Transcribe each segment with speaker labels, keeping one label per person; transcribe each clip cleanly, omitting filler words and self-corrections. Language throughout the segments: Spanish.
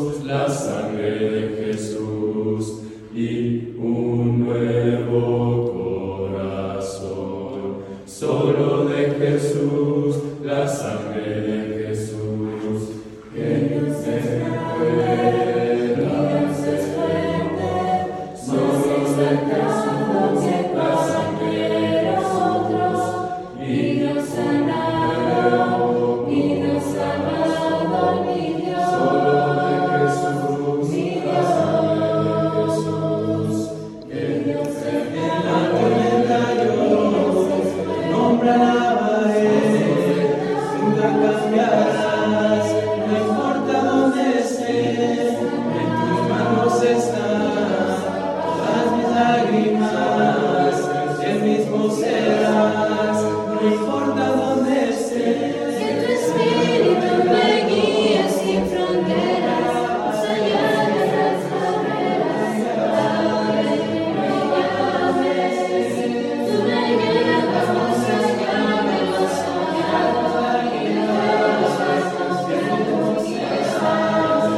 Speaker 1: la sangre de Jesús y un nuevo corazón. Solo de Jesús, la sangre de Jesús, que Dios es fuerte, Dios es fuerte. Solo de Jesús, la sangre de nosotros, y Dios sanado, y Dios sanado, mi Dios. Solo de Jesús, mi Dios, de Jesús, que Dios es fuerte. En la tormenta yo nombre alabaré, nunca cambiarás, no importa dónde esté, en tus manos están todas mis lágrimas, el mismo serás, no importa dónde esté.
Speaker 2: Que tu espíritu me guíe sin fronteras, más allá de las barreras, a donde tú me llames. Tú me llevas más allá de lo soñado, y de los pasos que tú quieras.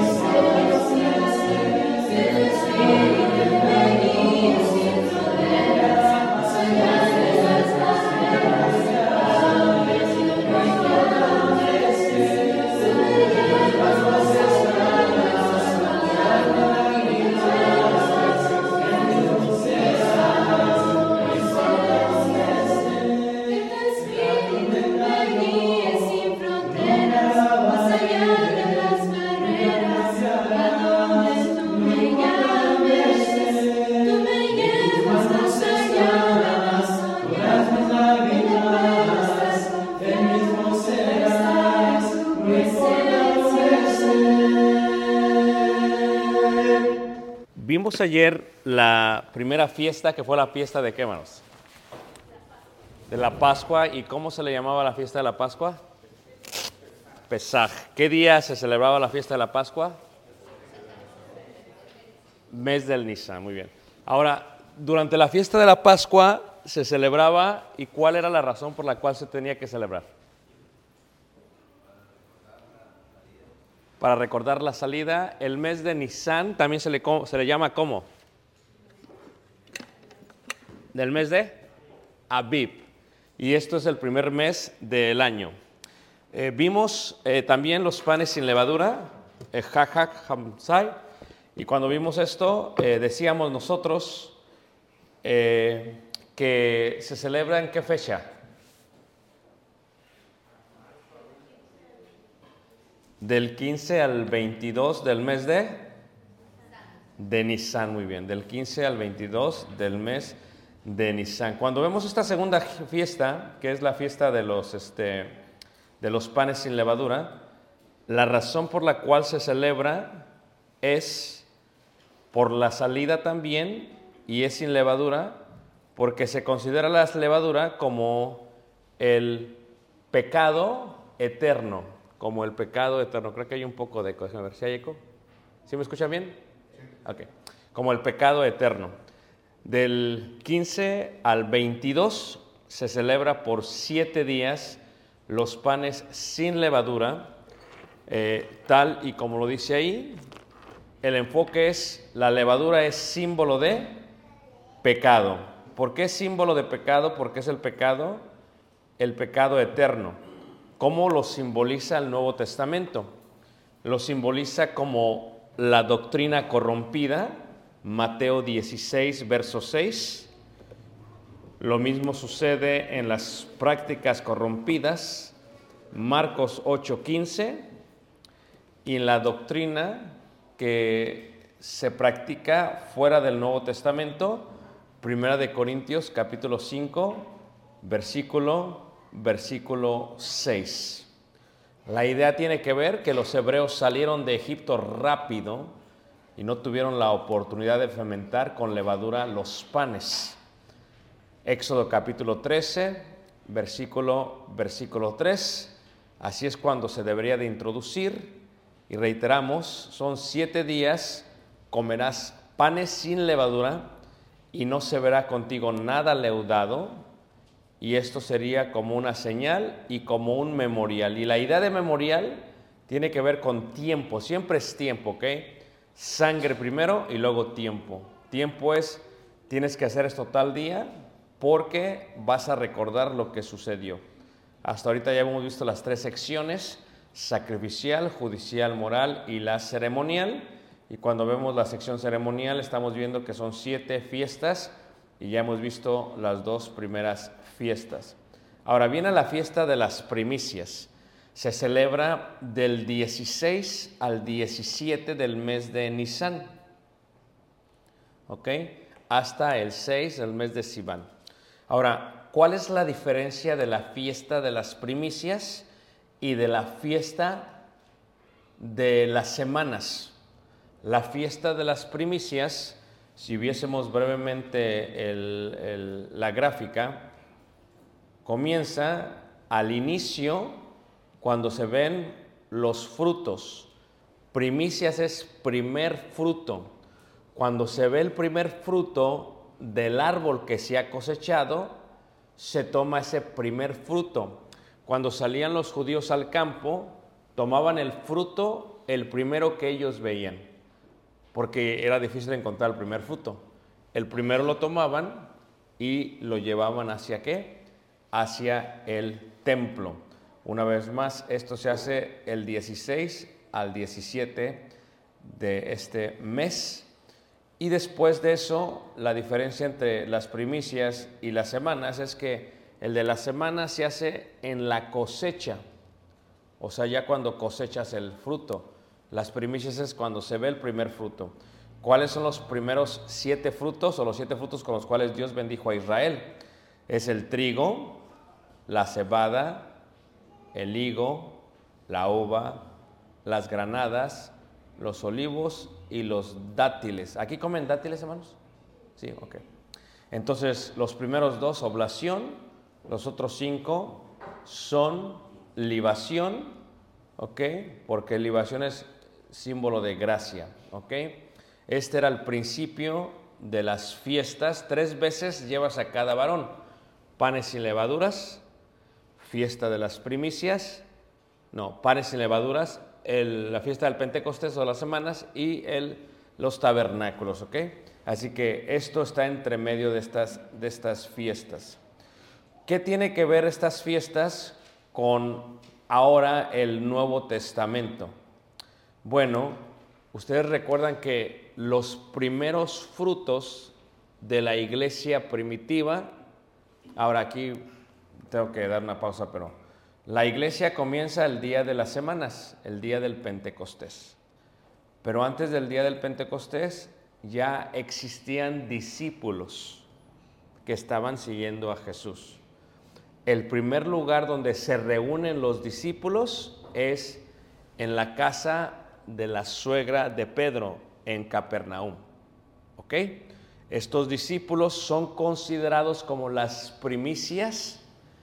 Speaker 2: Que tu espíritu me guíe sin fronteras, más allá de las barreras, a donde tú me llames. Tú me llevas más allá de lo soñado, y de los pasos que tú quieras. Que tu espíritu me guíe sin fronteras, más allá de las barreras, a donde tú me llames. Tú me llevas más allá de lo soñado, y de los pasos que
Speaker 1: mismo
Speaker 2: tú
Speaker 1: serás, no importa dónde esté.
Speaker 3: Vimos ayer la primera fiesta, que fue la fiesta de qué, hermanos? De la Pascua. ¿Y cómo se le llamaba la fiesta de la Pascua? Pesaj. ¿Qué día se celebraba la fiesta de la Pascua? Mes del Nisan, muy bien. Ahora, durante la fiesta de la Pascua se celebraba, ¿y cuál era la razón por la cual se tenía que celebrar? Para recordar la salida. El mes de Nisan también se le llama ¿cómo? Del mes de Abib. Y esto es el primer mes del año. Vimos también los panes sin levadura, Jajak Hamsai. Y cuando vimos esto, decíamos nosotros que se celebra ¿en qué fecha? Del 15 al 22 del mes de Nisan, muy bien, del 15 al 22 del mes de Nisan. Cuando vemos esta segunda fiesta, que es la fiesta de los panes sin levadura, la razón por la cual se celebra es por la salida también, y es sin levadura, porque se considera la levadura como el pecado eterno, como el pecado eterno. Creo que hay un poco de eco, déjame ver si hay eco. ¿Sí me escuchan bien? Ok. Como el pecado eterno. Del 15 al 22 se celebra por 7 días los panes sin levadura, tal y como lo dice ahí. El enfoque es, la levadura es símbolo de pecado. ¿Por qué es símbolo de pecado? Porque es el pecado eterno. ¿Cómo lo simboliza el Nuevo Testamento? Lo simboliza como la doctrina corrompida, Mateo 16, verso 6. Lo mismo sucede en las prácticas corrompidas, Marcos 8, 15. Y en la doctrina que se practica fuera del Nuevo Testamento, Primera de Corintios, capítulo 5, versículo 6. La idea tiene que ver que los hebreos salieron de Egipto rápido y no tuvieron la oportunidad de fermentar con levadura los panes. Éxodo capítulo 13, versículo 3. Así es cuando se debería de introducir. Y reiteramos, son 7 días, comerás panes sin levadura y no se verá contigo nada leudado. Y esto sería como una señal y como un memorial. Y la idea de memorial tiene que ver con tiempo, siempre es tiempo, ¿ok? Sangre primero y luego tiempo. Tiempo es, tienes que hacer esto tal día porque vas a recordar lo que sucedió. Hasta ahorita ya hemos visto las 3 secciones: sacrificial, judicial, moral y la ceremonial. Y cuando vemos la sección ceremonial estamos viendo que son 7 fiestas y ya hemos visto las 2 primeras fiestas. Ahora viene la fiesta de las primicias. Se celebra del 16 al 17 del mes de Nisan, ¿ok? Hasta el 6 del mes de Sivan. Ahora, ¿cuál es la diferencia de la fiesta de las primicias y de la fiesta de las semanas? La fiesta de las primicias, si viésemos brevemente la gráfica, comienza al inicio cuando se ven los frutos. Primicias es primer fruto. Cuando se ve el primer fruto del árbol que se ha cosechado, se toma ese primer fruto. Cuando salían los judíos al campo, tomaban el fruto, el primero que ellos veían, porque era difícil encontrar el primer fruto. El primero lo tomaban y lo llevaban ¿hacia qué? Hacia el templo. Una vez más, esto se hace el 16 al 17 de este mes. Y después de eso, la diferencia entre las primicias y las semanas es que el de las semanas se hace en la cosecha, o sea, ya cuando cosechas el fruto. Las primicias es cuando se ve el primer fruto. ¿Cuáles son los primeros 7 frutos o los 7 frutos con los cuales Dios bendijo a Israel? Es el trigo, la cebada, el higo, la uva, las granadas, los olivos y los dátiles. ¿Aquí comen dátiles, hermanos? Sí, ok. Entonces, los primeros 2, oblación, los otros 5 son libación, ok, porque libación es símbolo de gracia, ok. Este era el principio de las fiestas. 3 veces llevas a cada varón: panes sin levaduras, fiesta de las primicias, panes sin levaduras, la fiesta del Pentecostés o las semanas y los tabernáculos, ¿ok? Así que esto está entre medio de estas fiestas. ¿Qué tiene que ver estas fiestas con ahora el Nuevo Testamento? Bueno, ustedes recuerdan que los primeros frutos de la iglesia primitiva, ahora aquí tengo que dar una pausa, pero la iglesia comienza el día de las semanas, el día del Pentecostés. Pero antes del día del Pentecostés ya existían discípulos que estaban siguiendo a Jesús. El primer lugar donde se reúnen los discípulos es en la casa de la suegra de Pedro, en Capernaum, ¿ok? Estos discípulos son considerados como las primicias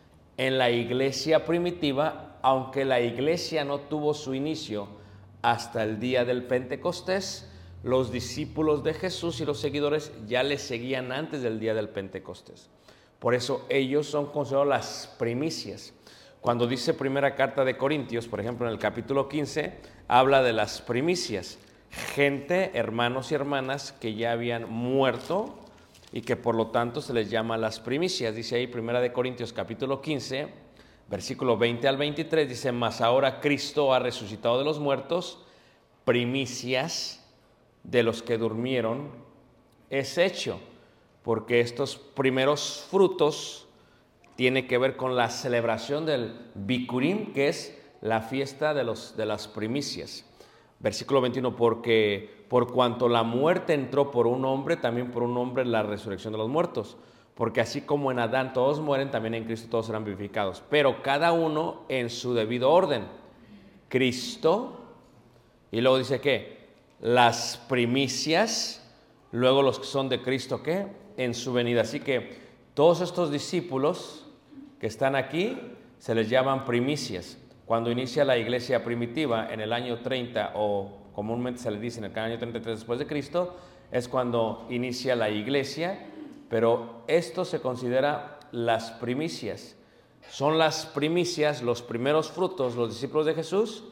Speaker 3: en la iglesia primitiva, aunque la iglesia no tuvo su inicio hasta el día del Pentecostés. Los discípulos de Jesús y los seguidores ya le seguían antes del día del Pentecostés. Por eso ellos son considerados las primicias. Cuando dice primera carta de Corintios, por ejemplo, en el capítulo 15, habla de las primicias. Gente, hermanos y hermanas que ya habían muerto y que por lo tanto se les llama las primicias. Dice ahí primera de Corintios capítulo 15, versículo 20 al 23, dice: mas ahora Cristo ha resucitado de los muertos, primicias de los que durmieron es hecho, porque estos primeros frutos tienen que ver con la celebración del Bikurim, que es la fiesta de las primicias. Versículo 21, porque por cuanto la muerte entró por un hombre, también por un hombre la resurrección de los muertos. Porque así como en Adán todos mueren, también en Cristo todos serán vivificados. Pero cada uno en su debido orden. Cristo, y luego dice ¿qué? Las primicias, luego los que son de Cristo, ¿qué? En su venida. Así que todos estos discípulos que están aquí se les llaman primicias. Cuando inicia la iglesia primitiva en el año 30, o comúnmente se le dice en el año 33 después de Cristo, es cuando inicia la iglesia, pero esto se considera las primicias. Son las primicias, los primeros frutos, los discípulos de Jesús,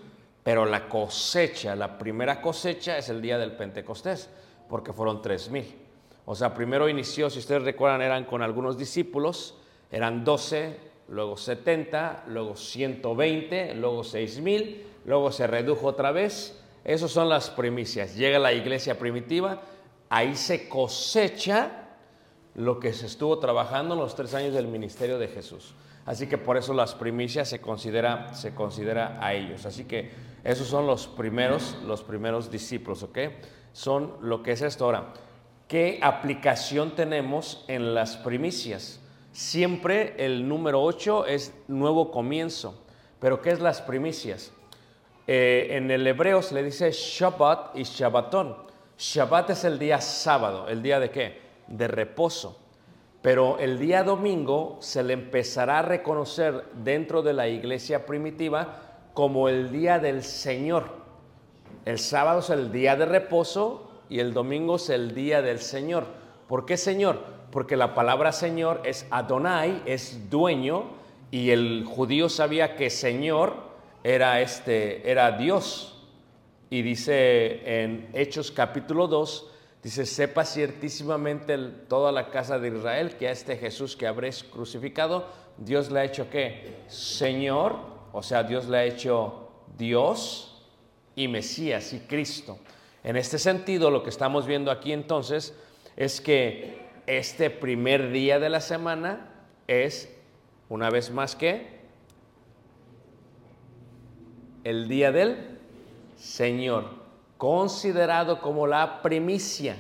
Speaker 3: Pero la cosecha, la primera cosecha es el día del Pentecostés, porque fueron 3,000. O sea, primero inició, si ustedes recuerdan, eran con algunos discípulos, eran 12, luego 70, luego 120, luego 6,000, luego se redujo otra vez. Esas son las primicias. Llega la iglesia primitiva, ahí se cosecha lo que se estuvo trabajando en los 3 años del ministerio de Jesús. Así que por eso las primicias se considera a ellos. Así que esos son los primeros discípulos, ¿ok? Son lo que es esto. Ahora, ¿qué aplicación tenemos en las primicias? Siempre el número 8 es nuevo comienzo. ¿Pero qué es las primicias? En el hebreo se le dice Shabbat y Shabbatón. Shabbat es el día sábado. ¿El día de qué? De reposo. Pero el día domingo se le empezará a reconocer dentro de la iglesia primitiva como el día del Señor. El sábado es el día de reposo y el domingo es el día del Señor. ¿Por qué Señor? Porque la palabra Señor es Adonai, es dueño, y el judío sabía que Señor era Dios. Y dice en Hechos capítulo 2, dice, sepa ciertísimamente toda la casa de Israel que a este Jesús que habréis crucificado, Dios le ha hecho ¿qué? Señor, o sea, Dios le ha hecho Dios y Mesías y Cristo. En este sentido, lo que estamos viendo aquí entonces es que este primer día de la semana es, una vez más, ¿qué? El día del Señor, considerado como la primicia,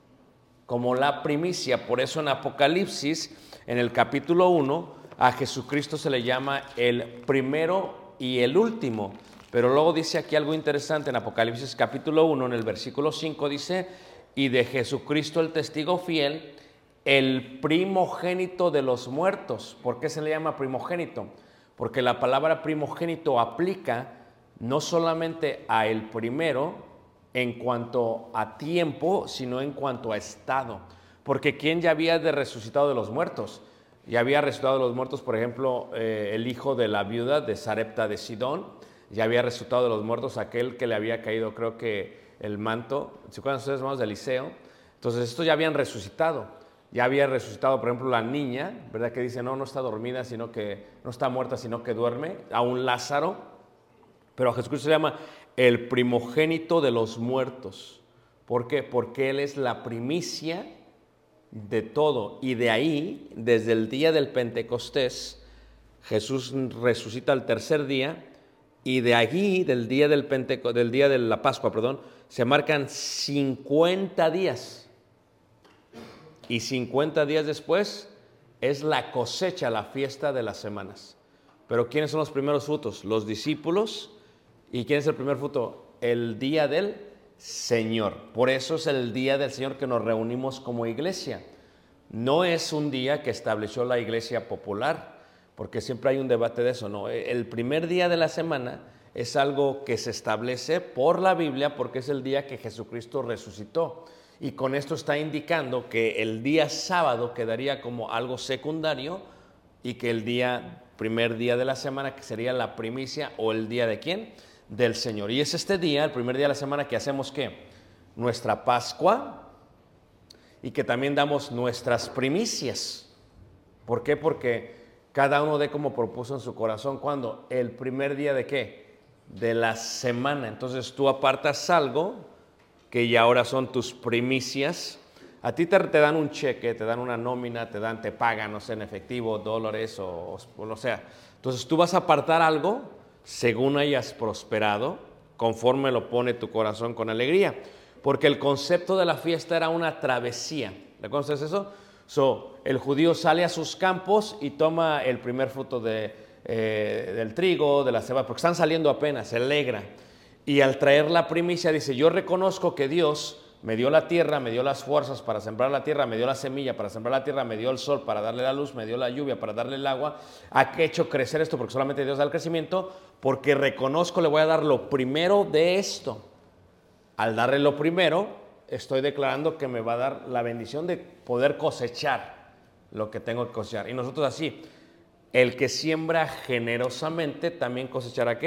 Speaker 3: Por eso en Apocalipsis, en el capítulo 1, a Jesucristo se le llama el primero y el último. Pero luego dice aquí algo interesante en Apocalipsis capítulo 1, en el versículo 5 dice, y de Jesucristo el testigo fiel, el primogénito de los muertos. ¿Por qué se le llama primogénito? Porque la palabra primogénito aplica no solamente a el primero en cuanto a tiempo, sino en cuanto a estado. Porque ¿quién ya había resucitado de los muertos? Ya había resucitado de los muertos, por ejemplo, el hijo de la viuda de Sarepta de Sidón. Ya había resucitado de los muertos aquel que le había caído, creo que el manto. ¿Se acuerdan ustedes, hermanos, de Eliseo? Entonces, estos ya habían resucitado. Ya había resucitado, por ejemplo, la niña, ¿verdad? Que dice, no está dormida, sino que no está muerta, sino que duerme. A un Lázaro. Pero a Jesucristo se llama el primogénito de los muertos. ¿Por qué? Porque Él es la primicia de todo. Y de ahí, desde el día del Pentecostés, Jesús resucita al tercer día. Y de allí, del día de la Pascua, se marcan 50 días. Y 50 días después es la cosecha, la fiesta de las semanas. Pero ¿quiénes son los primeros frutos? Los discípulos. ¿Y quién es el primer fruto? El día del Señor. Por eso es el día del Señor que nos reunimos como iglesia. No es un día que estableció la iglesia popular, porque siempre hay un debate de eso, ¿no? El primer día de la semana es algo que se establece por la Biblia porque es el día que Jesucristo resucitó. Y con esto está indicando que el día sábado quedaría como algo secundario y que el primer día de la semana, que sería la primicia o el día de ¿quién? Del Señor. Y es este día, el primer día de la semana, que hacemos ¿qué? Nuestra Pascua y que también damos nuestras primicias. ¿Por qué? Porque cada uno dé como propuso en su corazón. ¿Cuándo? El primer día de ¿qué? De la semana. Entonces tú apartas algo que ya ahora son tus primicias. A ti te dan un cheque, te dan una nómina, te pagan, no sé, en efectivo, dólares o sea. Entonces tú vas a apartar algo según hayas prosperado, conforme lo pone tu corazón con alegría. Porque el concepto de la fiesta era una travesía. ¿Le conoces eso? El judío sale a sus campos y toma el primer fruto del trigo, de la cebada, porque están saliendo apenas, se alegra. Y al traer la primicia dice, yo reconozco que Dios me dio la tierra, me dio las fuerzas para sembrar la tierra, me dio la semilla para sembrar la tierra, me dio el sol para darle la luz, me dio la lluvia para darle el agua. Ha hecho crecer esto porque solamente Dios da el crecimiento, porque reconozco, le voy a dar lo primero de esto. Al darle lo primero, estoy declarando que me va a dar la bendición de poder cosechar lo que tengo que cosechar. Y nosotros así, el que siembra generosamente también cosechará ¿qué?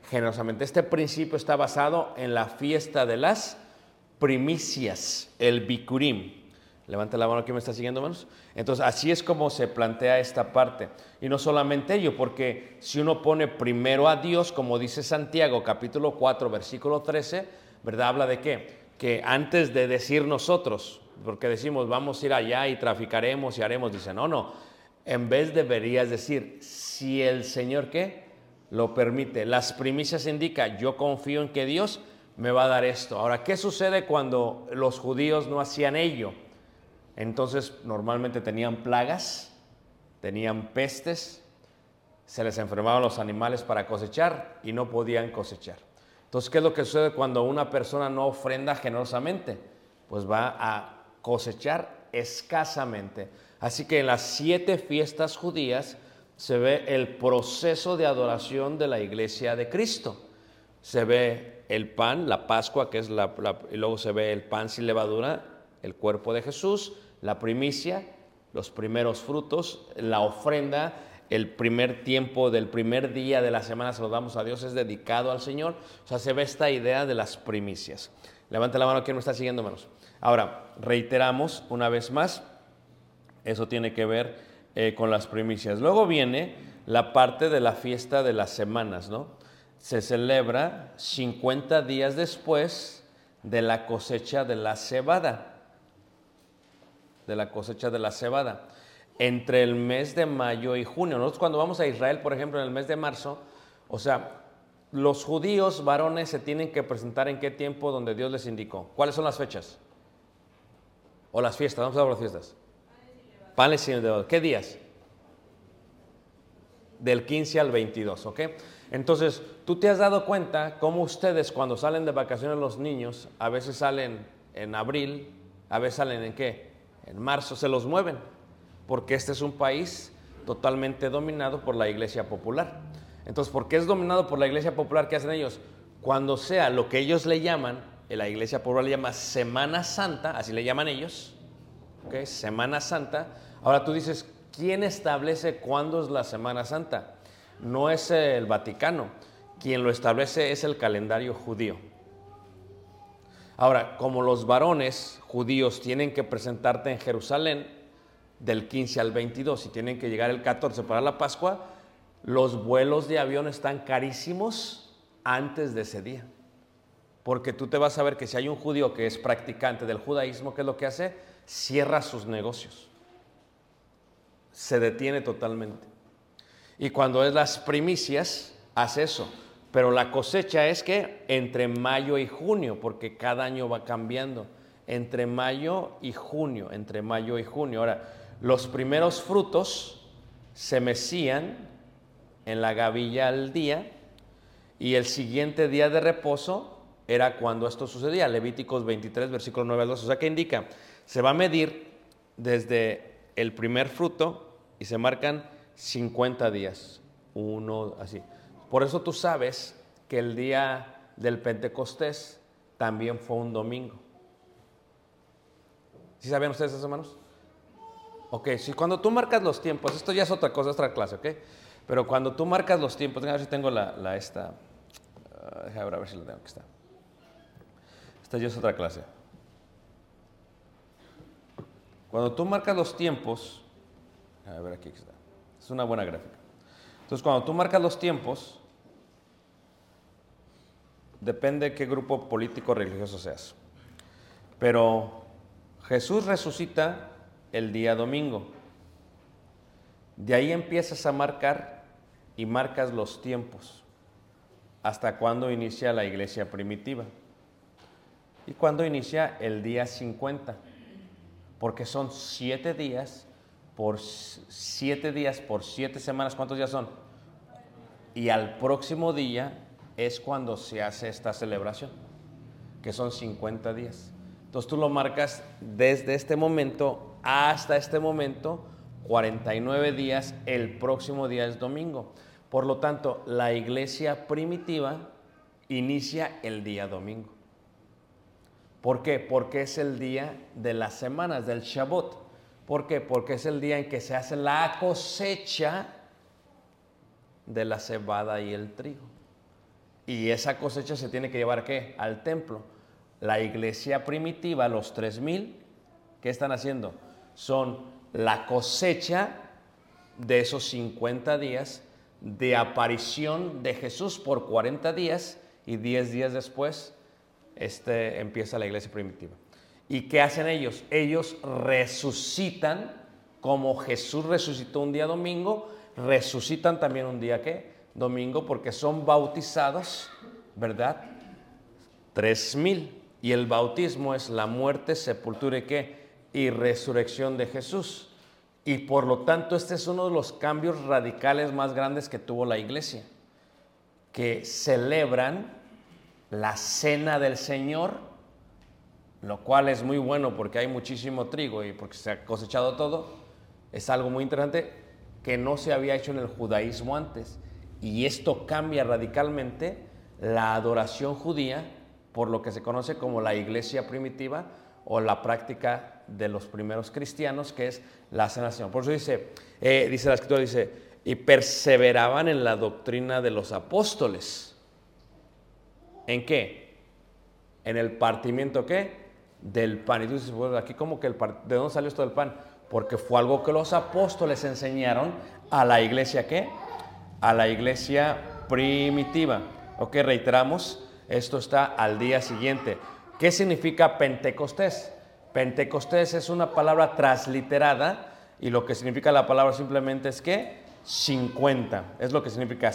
Speaker 3: generosamente. Este principio está basado en la fiesta de las primicias, el Bikurim. Levanta la mano, ¿quién me está siguiendo, hermanos? Entonces, así es como se plantea esta parte. Y no solamente ello, porque si uno pone primero a Dios, como dice Santiago, capítulo 4, versículo 13, ¿verdad? Habla de qué? Que antes de decir nosotros, porque decimos, vamos a ir allá y traficaremos y haremos, dice, no. En vez deberías decir, si el Señor, ¿qué? Lo permite. Las primicias indica, yo confío en que Dios me va a dar esto. Ahora, ¿qué sucede cuando los judíos no hacían ello? Entonces, normalmente tenían plagas, tenían pestes, se les enfermaban los animales para cosechar y no podían cosechar. Entonces, ¿qué es lo que sucede cuando una persona no ofrenda generosamente? Pues va a cosechar escasamente. Así que en las 7 fiestas judías se ve el proceso de adoración de la iglesia de Cristo. Se ve el pan, la Pascua, que es y luego se ve el pan sin levadura, el cuerpo de Jesús, la primicia, los primeros frutos, la ofrenda, el primer tiempo del primer día de la semana se lo damos a Dios, es dedicado al Señor. O sea, se ve esta idea de las primicias. Levante la mano, ¿quién me está siguiendo, hermanos? Ahora, reiteramos una vez más, eso tiene que ver con las primicias. Luego viene la parte de la fiesta de las semanas, ¿no? Se celebra 50 días después de la cosecha de la cebada. Entre el mes de mayo y junio. Nosotros cuando vamos a Israel, por ejemplo, en el mes de marzo, o sea, los judíos varones se tienen que presentar en qué tiempo donde Dios les indicó. ¿Cuáles son las fechas? O las fiestas, vamos a hablar de las fiestas. Panes y levadura. ¿Qué días? Del 15 al 22, ¿ok? Entonces, tú te has dado cuenta cómo ustedes cuando salen de vacaciones los niños, a veces salen en abril, a veces salen en ¿qué? En marzo, se los mueven, porque este es un país totalmente dominado por la iglesia popular. Entonces, ¿por qué es dominado por la iglesia popular? ¿Qué hacen ellos? Cuando sea lo que ellos le llaman, la iglesia popular le llama Semana Santa, así le llaman ellos, ¿ok? Semana Santa. Ahora tú dices, ¿quién establece cuándo es la Semana Santa? No es el Vaticano, quien lo establece es el calendario judío. Ahora, como los varones judíos tienen que presentarte en Jerusalén del 15 al 22 y tienen que llegar el 14 para la Pascua, los vuelos de avión están carísimos antes de ese día. Porque tú te vas a ver que si hay un judío que es practicante del judaísmo, ¿qué es lo que hace? Cierra sus negocios. Se detiene totalmente. Y cuando es las primicias, hace eso. Pero la cosecha es que entre mayo y junio, porque cada año va cambiando. Entre mayo y junio. Ahora, los primeros frutos se mecían en la gavilla al día y el siguiente día de reposo era cuando esto sucedía. Levíticos 23, versículo 9 al 12. O sea, ¿qué indica? Se va a medir desde el primer fruto y se marcan 50 días. Uno, así. Por eso tú sabes que el día del Pentecostés también fue un domingo. ¿Sí sabían ustedes eso, hermanos? Ok, si cuando tú marcas los tiempos, esto ya es otra cosa, otra clase, ¿ok? Pero cuando tú marcas los tiempos, déjame ver si tengo esta. Déjame ver si la tengo, aquí está. Esta ya es otra clase. Cuando tú marcas los tiempos, a ver aquí está. Es una buena gráfica. Entonces, cuando tú marcas los tiempos, depende de qué grupo político religioso seas. Pero Jesús resucita el día domingo. De ahí empiezas a marcar y marcas los tiempos. ¿Hasta cuándo inicia la iglesia primitiva? ¿Y cuándo inicia el día 50? Porque son 7 días por 7 semanas. ¿Cuántos días son? Y al próximo día es cuando se hace esta celebración, que son 50 días. Entonces tú lo marcas desde este momento hasta este momento, 49 días, el próximo día es domingo. Por lo tanto, la iglesia primitiva inicia el día domingo. ¿Por qué? Porque es el día de las semanas, del Shabbat. ¿Por qué? Porque es el día en que se hace la cosecha de la cebada y el trigo. Y esa cosecha se tiene que llevar, ¿qué? Al templo. La iglesia primitiva, los 3,000, ¿qué están haciendo? Son la cosecha de esos 50 días de aparición de Jesús por 40 días y 10 días después empieza la iglesia primitiva. ¿Y qué hacen ellos? Ellos resucitan como Jesús resucitó un día domingo, resucitan también un día, ¿qué? Domingo, porque son bautizados, ¿verdad? 3,000. Y el bautismo es la muerte, sepultura y ¿qué? Y resurrección de Jesús. Y por lo tanto este es uno de los cambios radicales más grandes que tuvo la iglesia, que celebran la cena del Señor, lo cual es muy bueno porque hay muchísimo trigo y porque se ha cosechado todo. Es algo muy interesante que no se había hecho en el judaísmo antes. Y esto cambia radicalmente la adoración judía por lo que se conoce como la iglesia primitiva o la práctica de los primeros cristianos, que es la cena del Señor. Por eso dice la Escritura, dice, y perseveraban en la doctrina de los apóstoles. ¿En qué? En el partimiento, ¿qué? Del pan. Y tú dices, bueno, aquí como que ¿de dónde salió esto del pan? Porque fue algo que los apóstoles enseñaron a la iglesia, ¿qué? A la iglesia primitiva. Ok, reiteramos, esto está al día siguiente. ¿Qué significa Pentecostés? Pentecostés es una palabra transliterada y lo que significa la palabra simplemente es que 50, es lo que significa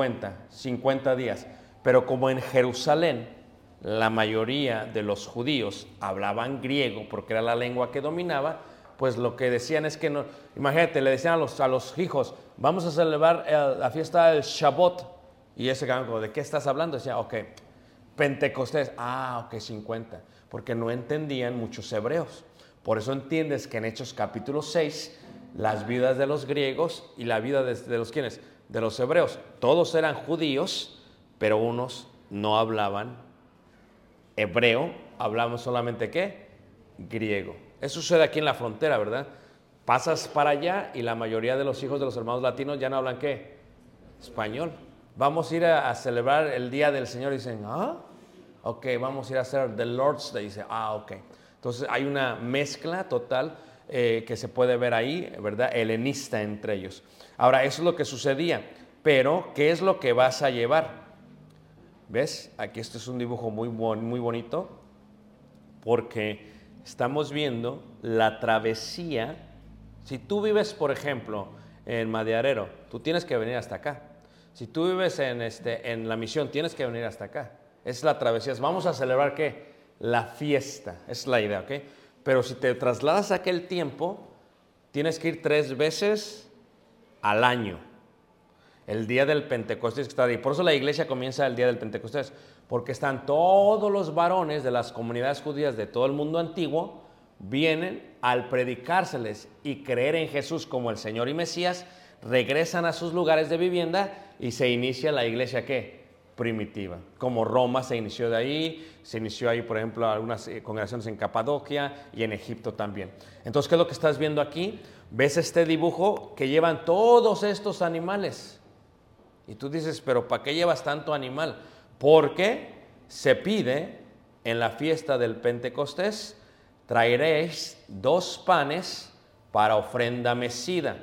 Speaker 3: 50 días. Pero como en Jerusalén la mayoría de los judíos hablaban griego porque era la lengua que dominaba, pues lo que decían es que no, imagínate, le decían a los hijos, vamos a celebrar la fiesta del Shabbat, y ese como, ¿de qué estás hablando? Decía, ok, Pentecostés, ok, 50, porque no entendían muchos hebreos. Por eso entiendes que en Hechos capítulo 6, las vidas de los griegos y la vida de los ¿quiénes? De los hebreos, todos eran judíos, pero unos no hablaban hebreo, hablaban solamente ¿qué? Griego. Eso sucede aquí en la frontera, ¿verdad? Pasas para allá y la mayoría de los hijos de los hermanos latinos ya no hablan ¿qué? Español. Vamos a ir a celebrar el Día del Señor y dicen, ok, vamos a ir a hacer the Lord's Day. Dice, ok. Entonces hay una mezcla total que se puede ver ahí, ¿verdad? Helenista entre ellos. Ahora, eso es lo que sucedía. Pero, ¿qué es lo que vas a llevar? ¿Ves? Aquí esto es un dibujo muy bonito porque estamos viendo la travesía. Si tú vives, por ejemplo, en Madrearero, tú tienes que venir hasta acá. Si tú vives en La Misión, tienes que venir hasta acá. Es la travesía. Vamos a celebrar ¿qué? La fiesta. Es la idea, ¿ok? Pero si te trasladas a aquel tiempo, tienes que ir 3 veces al año. El día del Pentecostés que está ahí. Por eso la iglesia comienza el día del Pentecostés, porque están todos los varones de las comunidades judías de todo el mundo antiguo, vienen al predicárseles y creer en Jesús como el Señor y Mesías, regresan a sus lugares de vivienda y se inicia la iglesia ¿qué? Primitiva. Como Roma se inició de ahí, se inició ahí, por ejemplo, algunas congregaciones en Capadocia y en Egipto también. Entonces, ¿qué es lo que estás viendo aquí? Ves este dibujo que llevan todos estos animales. Y tú dices, pero ¿para qué llevas tanto animal? Porque se pide en la fiesta del Pentecostés, traeréis 2 panes para ofrenda mecida.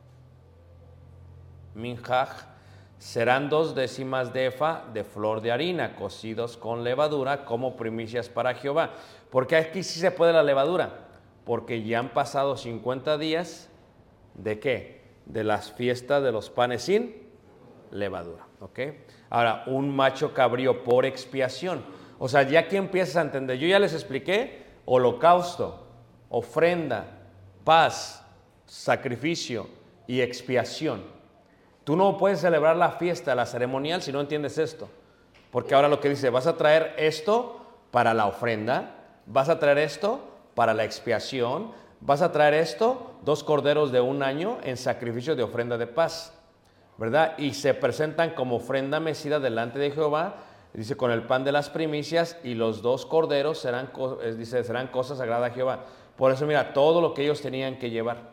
Speaker 3: Minjaj, serán 2 décimas de efa de flor de harina, cocidos con levadura como primicias para Jehová. ¿Por qué aquí sí se puede la levadura? Porque ya han pasado 50 días ¿de qué? De las fiestas de los panes sin levadura, ¿ok? Ahora, un macho cabrío por expiación. O sea, ya aquí empiezas a entender. Yo ya les expliqué holocausto, ofrenda, paz, sacrificio y expiación. Tú no puedes celebrar la fiesta, la ceremonial, si no entiendes esto. Porque ahora lo que dice, vas a traer esto para la ofrenda, vas a traer esto para la expiación, vas a traer esto, 2 corderos de 1 año en sacrificio de ofrenda de paz, ¿verdad? Y se presentan como ofrenda mecida delante de Jehová, dice, con el pan de las primicias, y los 2 corderos serán cosa sagrada a Jehová. Por eso, mira, todo lo que ellos tenían que llevar.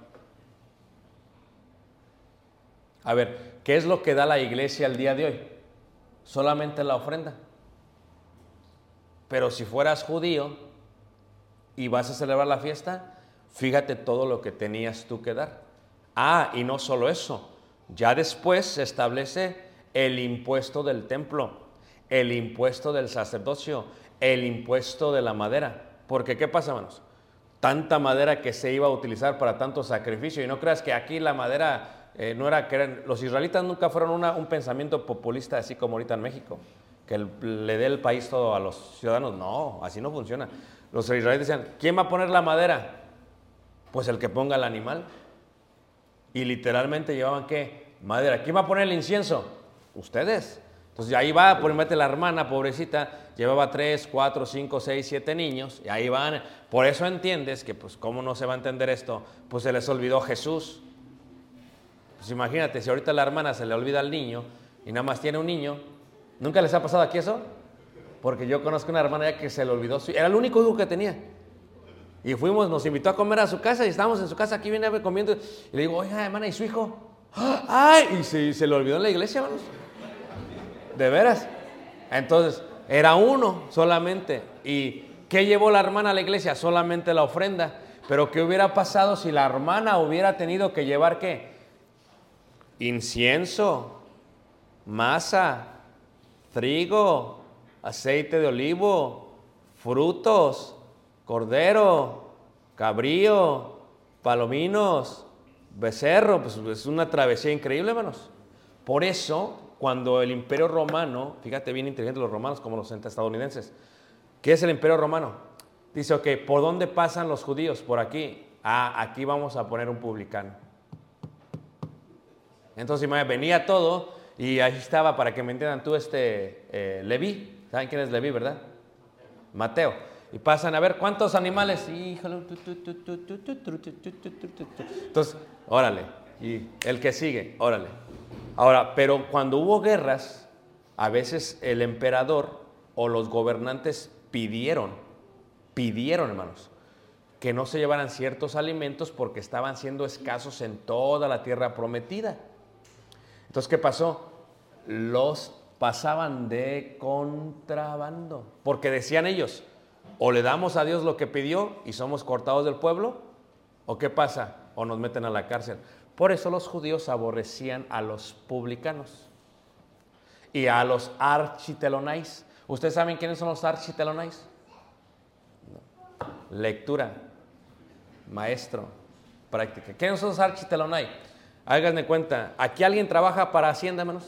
Speaker 3: A ver, ¿qué es lo que da la iglesia el día de hoy? solamente la ofrenda. Pero si fueras judío y vas a celebrar la fiesta, fíjate todo lo que tenías tú que dar. Y no solo eso, ya después se establece el impuesto del templo, el impuesto del sacerdocio, el impuesto de la madera. Porque ¿qué pasa, hermanos? Tanta madera que se iba a utilizar para tanto sacrificio. Y no creas que aquí la madera no era que los israelitas nunca fueron un pensamiento populista así como ahorita en México, que le dé el país todo a los ciudadanos. No, así no funciona. Los israelitas decían, ¿quién va a poner la madera? Pues el que ponga el animal. Y literalmente llevaban ¿qué? Madera. ¿Quién va a poner el incienso? Ustedes. Entonces ahí va, por ejemplo, la hermana, pobrecita, llevaba 3, 4, 5, 6, 7 niños, y ahí van. Por eso entiendes que, pues, ¿cómo no se va a entender esto? Pues se les olvidó Jesús. Pues imagínate, si ahorita a la hermana se le olvida al niño, y nada más tiene un niño, ¿nunca les ha pasado aquí eso? Porque yo conozco una hermana ya que se le olvidó, era el único hijo que tenía. Y fuimos, nos invitó a comer a su casa, y estábamos en su casa, aquí viene comiendo, y le digo, oiga, hermana, ¿y su hijo? ¡Ay! Y se le olvidó en la iglesia, hermanos. ¿De veras? Entonces, era uno solamente. ¿Y qué llevó la hermana a la iglesia? Solamente la ofrenda. Pero ¿qué hubiera pasado si la hermana hubiera tenido que llevar qué? Incienso, masa, trigo, aceite de olivo, frutos, cordero, cabrío, palominos, becerro. Pues es una travesía increíble, hermanos. Por eso, cuando el Imperio Romano, fíjate bien inteligentes los romanos como los estadounidenses, ¿qué es el Imperio Romano? Dice, ok, ¿por dónde pasan los judíos? Por aquí. Aquí vamos a poner un publicano. Entonces venía todo y ahí estaba, para que me entiendan tú, Leví. ¿Saben quién es Leví, verdad? Mateo. Y pasan a ver cuántos animales. Híjole. Entonces, órale. Y el que sigue, órale. Ahora, pero cuando hubo guerras, a veces el emperador o los gobernantes pidieron, hermanos, que no se llevaran ciertos alimentos porque estaban siendo escasos en toda la tierra prometida. Entonces, ¿qué pasó? Los pasaban de contrabando, porque decían ellos, o le damos a Dios lo que pidió y somos cortados del pueblo, o ¿qué pasa? O nos meten a la cárcel. Por eso los judíos aborrecían a los publicanos y a los architelonais. ¿Ustedes saben quiénes son los architelonais? No. Lectura, maestro, práctica. ¿Quiénes son los architelonais? Háganme cuenta, ¿aquí alguien trabaja para Hacienda, hermanos?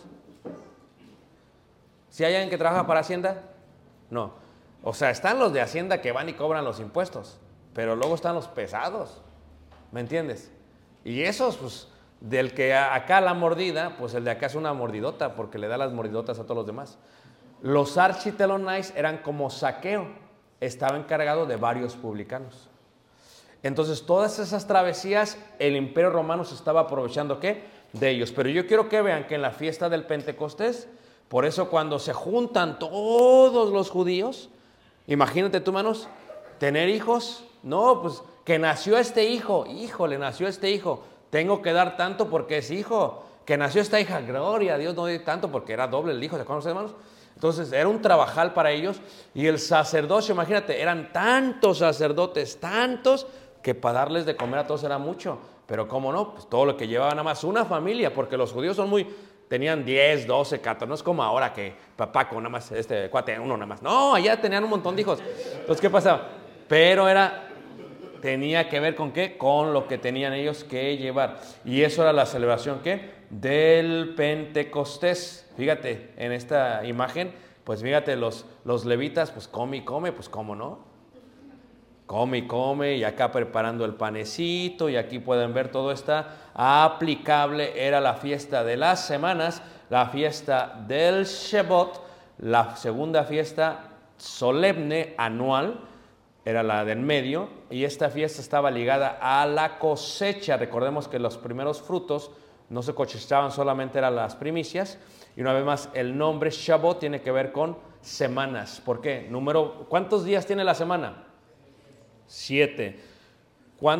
Speaker 3: ¿Sí hay alguien que trabaja para Hacienda? No. O sea, están los de Hacienda que van y cobran los impuestos, pero luego están los pesados, ¿me entiendes? Y esos, pues, del que acá la mordida, pues el de acá es una mordidota, porque le da las mordidotas a todos los demás. Los architelonais eran como Saqueo, estaba encargado de varios publicanos. Entonces, todas esas travesías, el Imperio Romano se estaba aprovechando, ¿qué? De ellos. Pero yo quiero que vean que en la fiesta del Pentecostés, por eso cuando se juntan todos los judíos, imagínate tú, hermanos, tener hijos, no, pues que nació este hijo, híjole, nació este hijo, tengo que dar tanto porque es hijo, que nació esta hija, gloria a Dios, no doy tanto porque era doble el hijo, ¿se acuerdan ustedes, hermanos? Entonces era un trabajal para ellos, y el sacerdocio, imagínate, eran tantos sacerdotes, tantos, que para darles de comer a todos era mucho, pero cómo no, pues todo lo que llevaba nada más una familia, porque los judíos tenían 10, 12, 14, no es como ahora que papá con nada más, cuate, uno nada más, no, allá tenían un montón de hijos. Entonces, ¿qué pasaba? Pero tenía que ver con ¿qué? Con lo que tenían ellos que llevar. Y eso era la celebración, ¿qué? Del Pentecostés. Fíjate, en esta imagen, pues fíjate, los levitas, pues come y come, pues cómo no. Come y come, y acá preparando el panecito, y aquí pueden ver todo está aplicable. Era la fiesta de las semanas, la fiesta del Shebot, la segunda fiesta solemne anual, era la del medio, y esta fiesta estaba ligada a la cosecha. Recordemos que los primeros frutos no se cosechaban, solamente eran las primicias. Y una vez más, el nombre Shavuot tiene que ver con semanas. ¿Por qué? ¿Cuántos días tiene la semana? 7.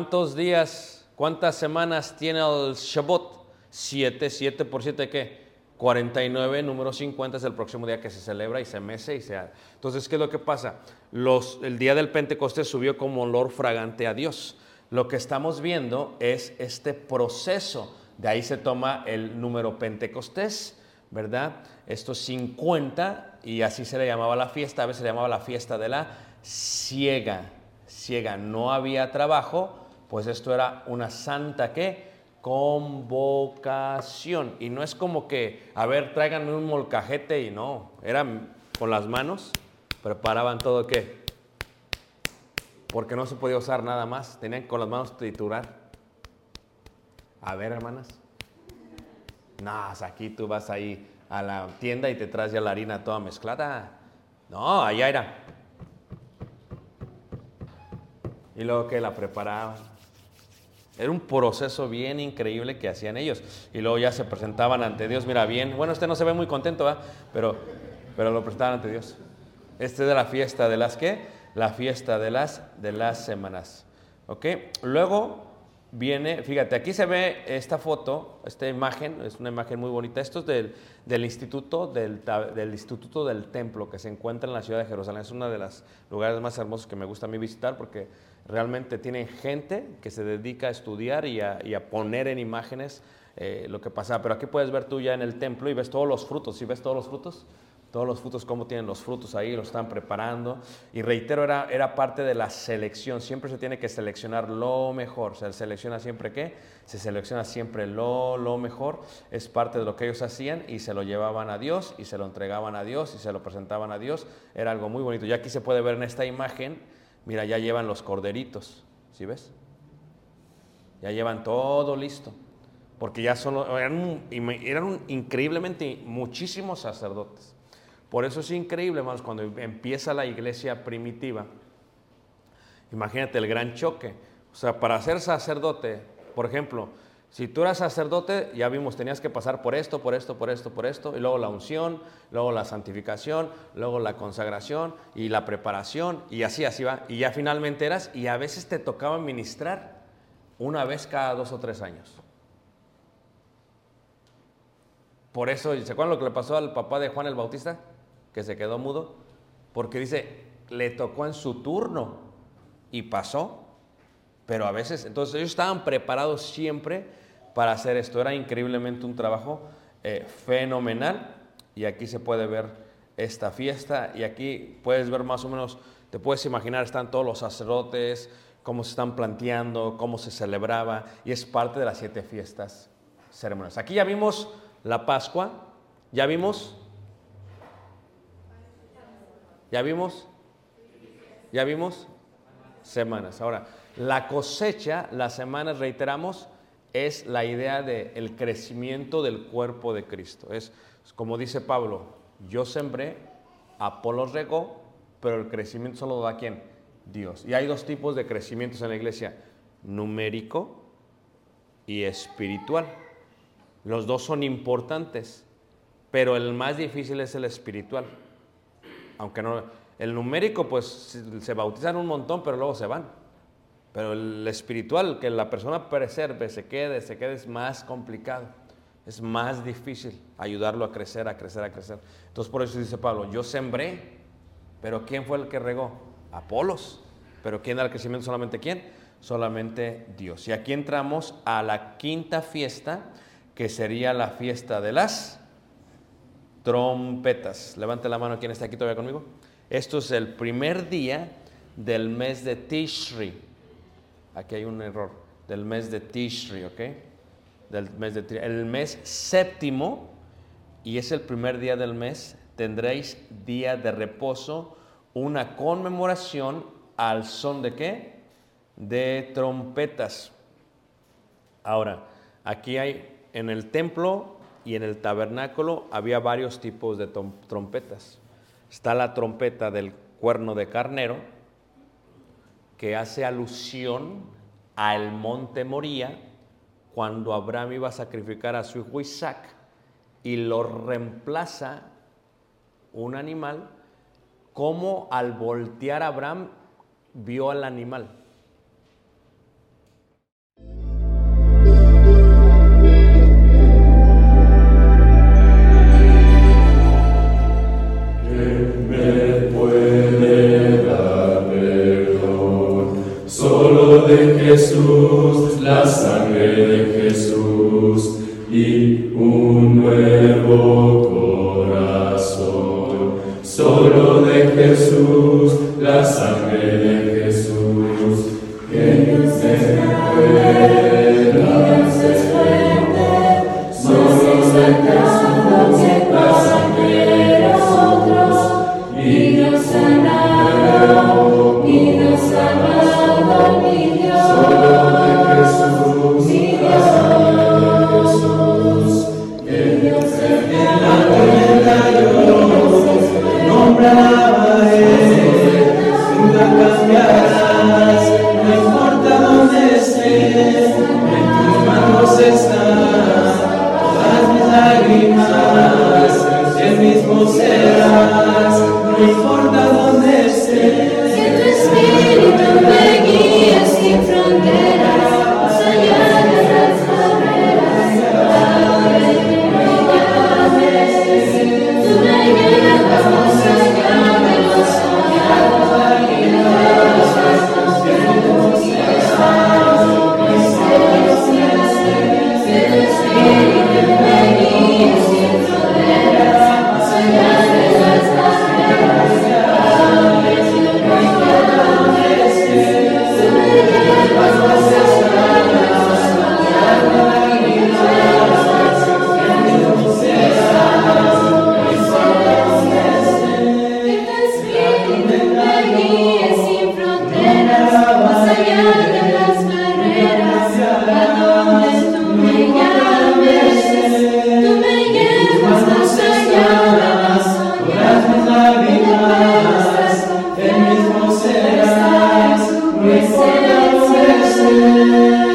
Speaker 3: ¿Cuántas semanas tiene el Shavuot? 7. 7 por 7, ¿qué? 49, número 50 es el próximo día que se celebra y se mece y se... Entonces, ¿qué es lo que pasa? El día del Pentecostés subió como olor fragante a Dios. Lo que estamos viendo es este proceso. De ahí se toma el número Pentecostés, ¿verdad? Estos 50, y así se le llamaba la fiesta. A veces se le llamaba la fiesta de la siega. No había trabajo, pues esto era una santa, ¿qué? Convocación. Y no es como que, a ver, tráiganme un molcajete, y no, eran con las manos, preparaban todo, ¿qué? Porque no se podía usar nada más, tenían con las manos triturar. A ver, hermanas. No, aquí tú vas ahí a la tienda y te traes ya la harina toda mezclada. No, allá era. Y luego que la preparaban. Era un proceso bien increíble que hacían ellos. Y luego ya se presentaban ante Dios. Mira, bien, bueno, no se ve muy contento, ¿verdad? Pero lo presentaban ante Dios. Este es de la fiesta de las, ¿qué? La fiesta de las semanas. ¿Ok? Luego viene, fíjate, aquí se ve esta foto, esta imagen, es una imagen muy bonita. Esto es del Instituto del Templo, que se encuentra en la ciudad de Jerusalén. Es uno de los lugares más hermosos que me gusta a mí visitar, porque realmente tienen gente que se dedica a estudiar y a poner en imágenes lo que pasa. Pero aquí puedes ver tú ya en el templo y ves todos los frutos. ¿Sí ves todos los frutos? Todos los frutos, cómo tienen los frutos ahí, los están preparando. Y reitero, era parte de la selección. Siempre se tiene que seleccionar lo mejor. ¿Se selecciona siempre qué? Se selecciona siempre lo mejor. Es parte de lo que ellos hacían y se lo llevaban a Dios y se lo entregaban a Dios y se lo presentaban a Dios. Era algo muy bonito. Ya aquí se puede ver en esta imagen, mira, ya llevan los corderitos. ¿Sí ves? Ya llevan todo listo. Porque ya eran increíblemente muchísimos sacerdotes. Por eso es increíble, hermanos, cuando empieza la iglesia primitiva. Imagínate el gran choque. O sea, para ser sacerdote, por ejemplo, si tú eras sacerdote, ya vimos, tenías que pasar por esto, y luego la unción, luego la santificación, luego la consagración y la preparación, y así va. Y ya finalmente eras, y a veces te tocaba ministrar una vez cada 2 o 3 años. Por eso, ¿se acuerdan lo que le pasó al papá de Juan el Bautista? Que se quedó mudo, porque dice, le tocó en su turno y pasó, pero a veces, entonces ellos estaban preparados siempre para hacer esto. Era increíblemente un trabajo fenomenal, y aquí se puede ver esta fiesta, y aquí puedes ver más o menos, te puedes imaginar, están todos los sacerdotes, cómo se están planteando, cómo se celebraba, y es parte de las 7 fiestas ceremoniales. Aquí ya vimos la Pascua, ya vimos semanas. Ahora, la cosecha, las semanas, reiteramos, es la idea del crecimiento del cuerpo de Cristo. Es como dice Pablo, yo sembré, Apolos regó, pero el crecimiento solo lo da ¿quién? Dios. Y hay 2 tipos de crecimientos en la iglesia, numérico y espiritual. Los 2 son importantes, pero el más difícil es el espiritual. Aunque no, el numérico pues se bautizan un montón, pero luego se van. Pero el espiritual, que la persona preserve, se quede, es más complicado. Es más difícil ayudarlo a crecer. Entonces por eso dice Pablo, yo sembré, pero ¿quién fue el que regó? Apolos. Pero ¿quién da el crecimiento? ¿Solamente quién? Solamente Dios. Y aquí entramos a la 5ª fiesta, que sería la fiesta de las trompetas. Levante la mano quien está aquí todavía conmigo. Esto es el primer día del mes de Tishri. Aquí hay un error. Del mes de Tishri, ¿ok? El mes 7º, y es el primer día del mes, tendréis día de reposo, una conmemoración al son de ¿qué? De trompetas. Ahora, aquí hay en el templo y en el tabernáculo había varios tipos de trompetas. Está la trompeta del cuerno de carnero, que hace alusión al monte Moría, cuando Abraham iba a sacrificar a su hijo Isaac, y lo reemplaza un animal, como al voltear Abraham vio al animal.
Speaker 1: de Jesús, la sangre de Jesús y un nuevo corazón. Solo de Jesús, la sangre de Jesús, que Dios es fuerte, Dios es fuerte, solo de Jesús, la sangre de nosotros, y Dios sanado, y Dios sanado, mi Dios, solo de Jesús, mi Dios, Jesús, que Dios es fuerte, en la tormenta yo nombraba nunca cambiarás, no importa dónde estés, en tus manos están todas mis lágrimas, el mismo serás, no importa dónde estés.
Speaker 2: Que tu espíritu me guíe sin fronteras, más allá de las barreras, ahora que me llames, tú me llevas más allá de los soñados y de los actos que tú quieras, que tu espíritu me guíe sin fronteras, más allá de las barreras, ahora que me llames, tú me llevas más allá de los soñados y de los actos que tú quieras. Que tu espíritu me guíe sin fronteras, más allá de las barreras, a donde tú me llames, tú me llevas más allá de las soñadas, de nuestras
Speaker 1: El mismo
Speaker 2: confianzas,
Speaker 1: serás,
Speaker 2: tu
Speaker 1: no importa dónde
Speaker 2: presencia.
Speaker 1: estés.